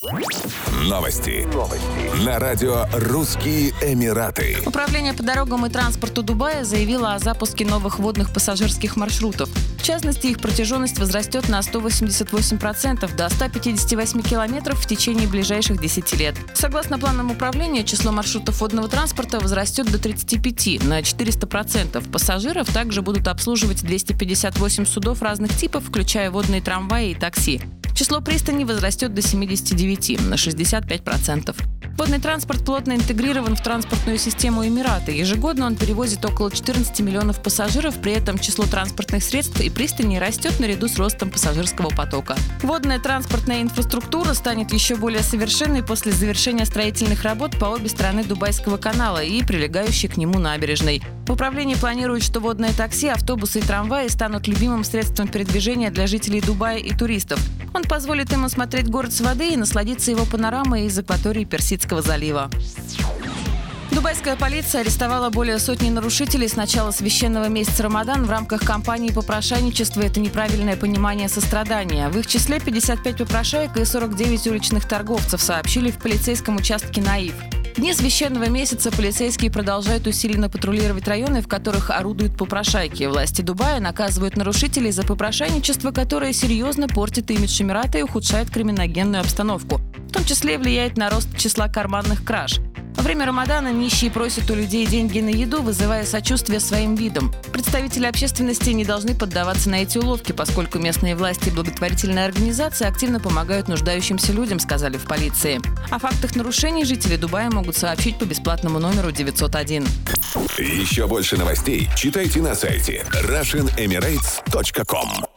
Новости. На радио «Русские Эмираты». Управление по дорогам и транспорту Дубая заявило о запуске новых водных пассажирских маршрутов. В частности, их протяженность возрастет на 188% до 158 километров в течение ближайших 10 лет. Согласно планам управления, число маршрутов водного транспорта возрастет до 35 на 400%. Пассажиров также будут обслуживать 258 судов разных типов, включая водные трамваи и такси. Число пристаней возрастет до 79 на 65%. Водный транспорт плотно интегрирован в транспортную систему Эмирата. Ежегодно он перевозит около 14 миллионов пассажиров, при этом число транспортных средств и пристаней растет наряду с ростом пассажирского потока. Водная транспортная инфраструктура станет еще более совершенной после завершения строительных работ по обе стороны Дубайского канала и прилегающей к нему набережной. В управлении планируют, что водное такси, автобусы и трамваи станут любимым средством передвижения для жителей Дубая и туристов. Он позволит им осмотреть город с воды и насладиться его панорамой из акватории Персидского залива. Дубайская полиция арестовала более сотни нарушителей с начала священного месяца Рамадан в рамках кампании попрошайничества «Это неправильное понимание сострадания». В их числе 55 попрошаек и 49 уличных торговцев, сообщили в полицейском участке Наив. В дни священного месяца полицейские продолжают усиленно патрулировать районы, в которых орудуют попрошайки. Власти Дубая наказывают нарушителей за попрошайничество, которое серьезно портит имидж Эмирата и ухудшает криминогенную обстановку. В том числе влияет на рост числа карманных краж. Во время Рамадана нищие просят у людей деньги на еду, вызывая сочувствие своим видом. Представители общественности не должны поддаваться на эти уловки, поскольку местные власти и благотворительные организации активно помогают нуждающимся людям, сказали в полиции. О фактах нарушений жители Дубая могут сообщить по бесплатному номеру 901. Еще больше новостей читайте на сайте RussianEmirates.com.